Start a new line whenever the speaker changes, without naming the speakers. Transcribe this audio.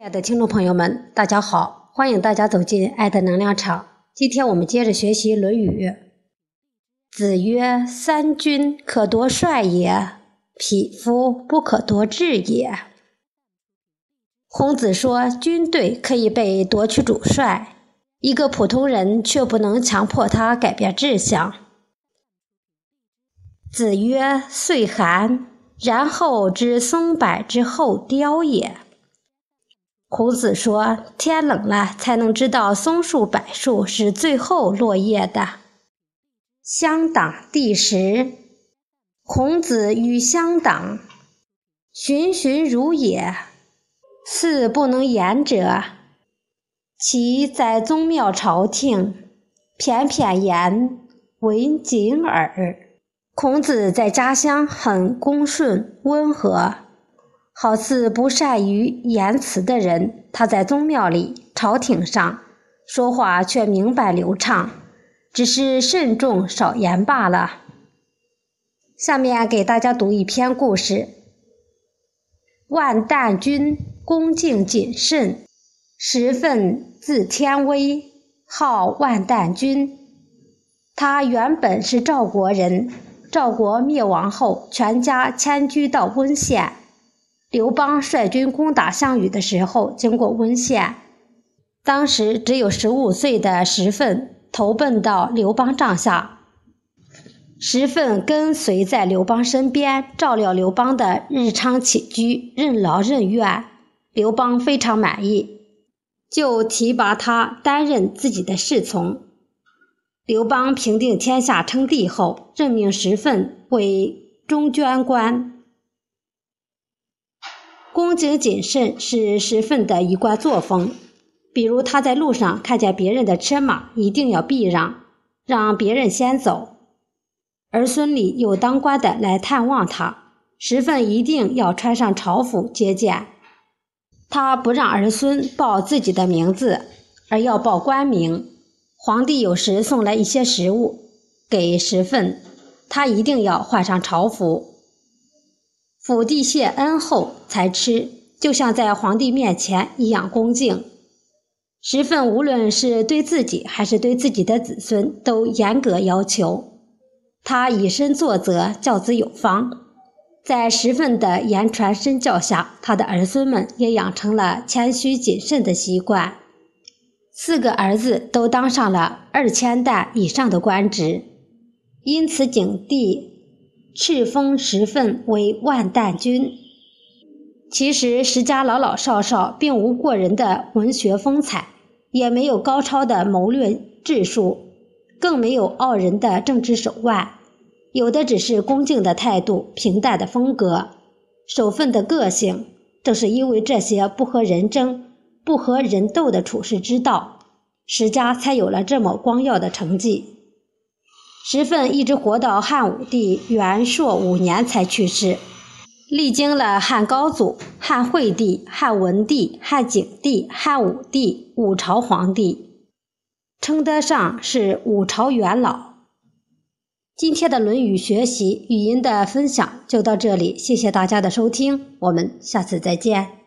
亲爱的听众朋友们，大家好，欢迎大家走进爱的能量场。今天我们接着学习《论语》。子曰：三军可夺帅也，匹夫不可夺志也。孔子说，军队可以被夺取主帅，一个普通人却不能强迫他改变志向。子曰：岁寒，然后知松柏之后凋也。孔子说，天冷了才能知道松树柏树是最后落叶的。乡党第10。孔子与乡党，循循如也，似不能言者，其在宗庙朝廷，翩翩言，文谨耳。孔子在家乡很恭顺温和，好似不善于言辞的人，他在宗庙里、朝廷上说话却明白流畅，只是慎重少言罢了。下面给大家读一篇故事。万旦君恭敬谨慎，十分自天威，号万旦君。他原本是赵国人，赵国灭亡后，全家迁居到温县。刘邦率军攻打项羽的时候，经过温县，当时只有15岁的石奋投奔到刘邦帐下。石奋跟随在刘邦身边，照料刘邦的日常起居，任劳任怨。刘邦非常满意，就提拔他担任自己的侍从。刘邦平定天下称帝后，任命石奋为中捐官。恭敬谨慎是石奋的一贯作风，比如他在路上看见别人的车马，一定要避让，让别人先走。儿孙里有当官的来探望他，石奋一定要穿上朝服接见。他不让儿孙报自己的名字，而要报官名。皇帝有时送来一些食物给石奋，他一定要换上朝服，伏地谢恩后才吃，就像在皇帝面前一样恭敬。石奋无论是对自己还是对自己的子孙都严格要求，他以身作则，教子有方。在石奋的言传身教下，他的儿孙们也养成了谦虚谨慎的习惯。4个儿子都当上了2000石以上的官职，因此景帝敕封石奋为万旦君。其实石家老老少少并无过人的文学风采，也没有高超的谋略智术，更没有傲人的政治手腕，有的只是恭敬的态度、平淡的风格、守分的个性。正是因为这些不和人争、不和人斗的处世之道，石家才有了这么光耀的成绩。石奋一直活到汉武帝元朔5年才去世，历经了汉高祖、汉惠帝、汉文帝、汉景帝、汉武帝5朝皇帝，称得上是5朝元老。今天的《论语》学习语音的分享就到这里，谢谢大家的收听，我们下次再见。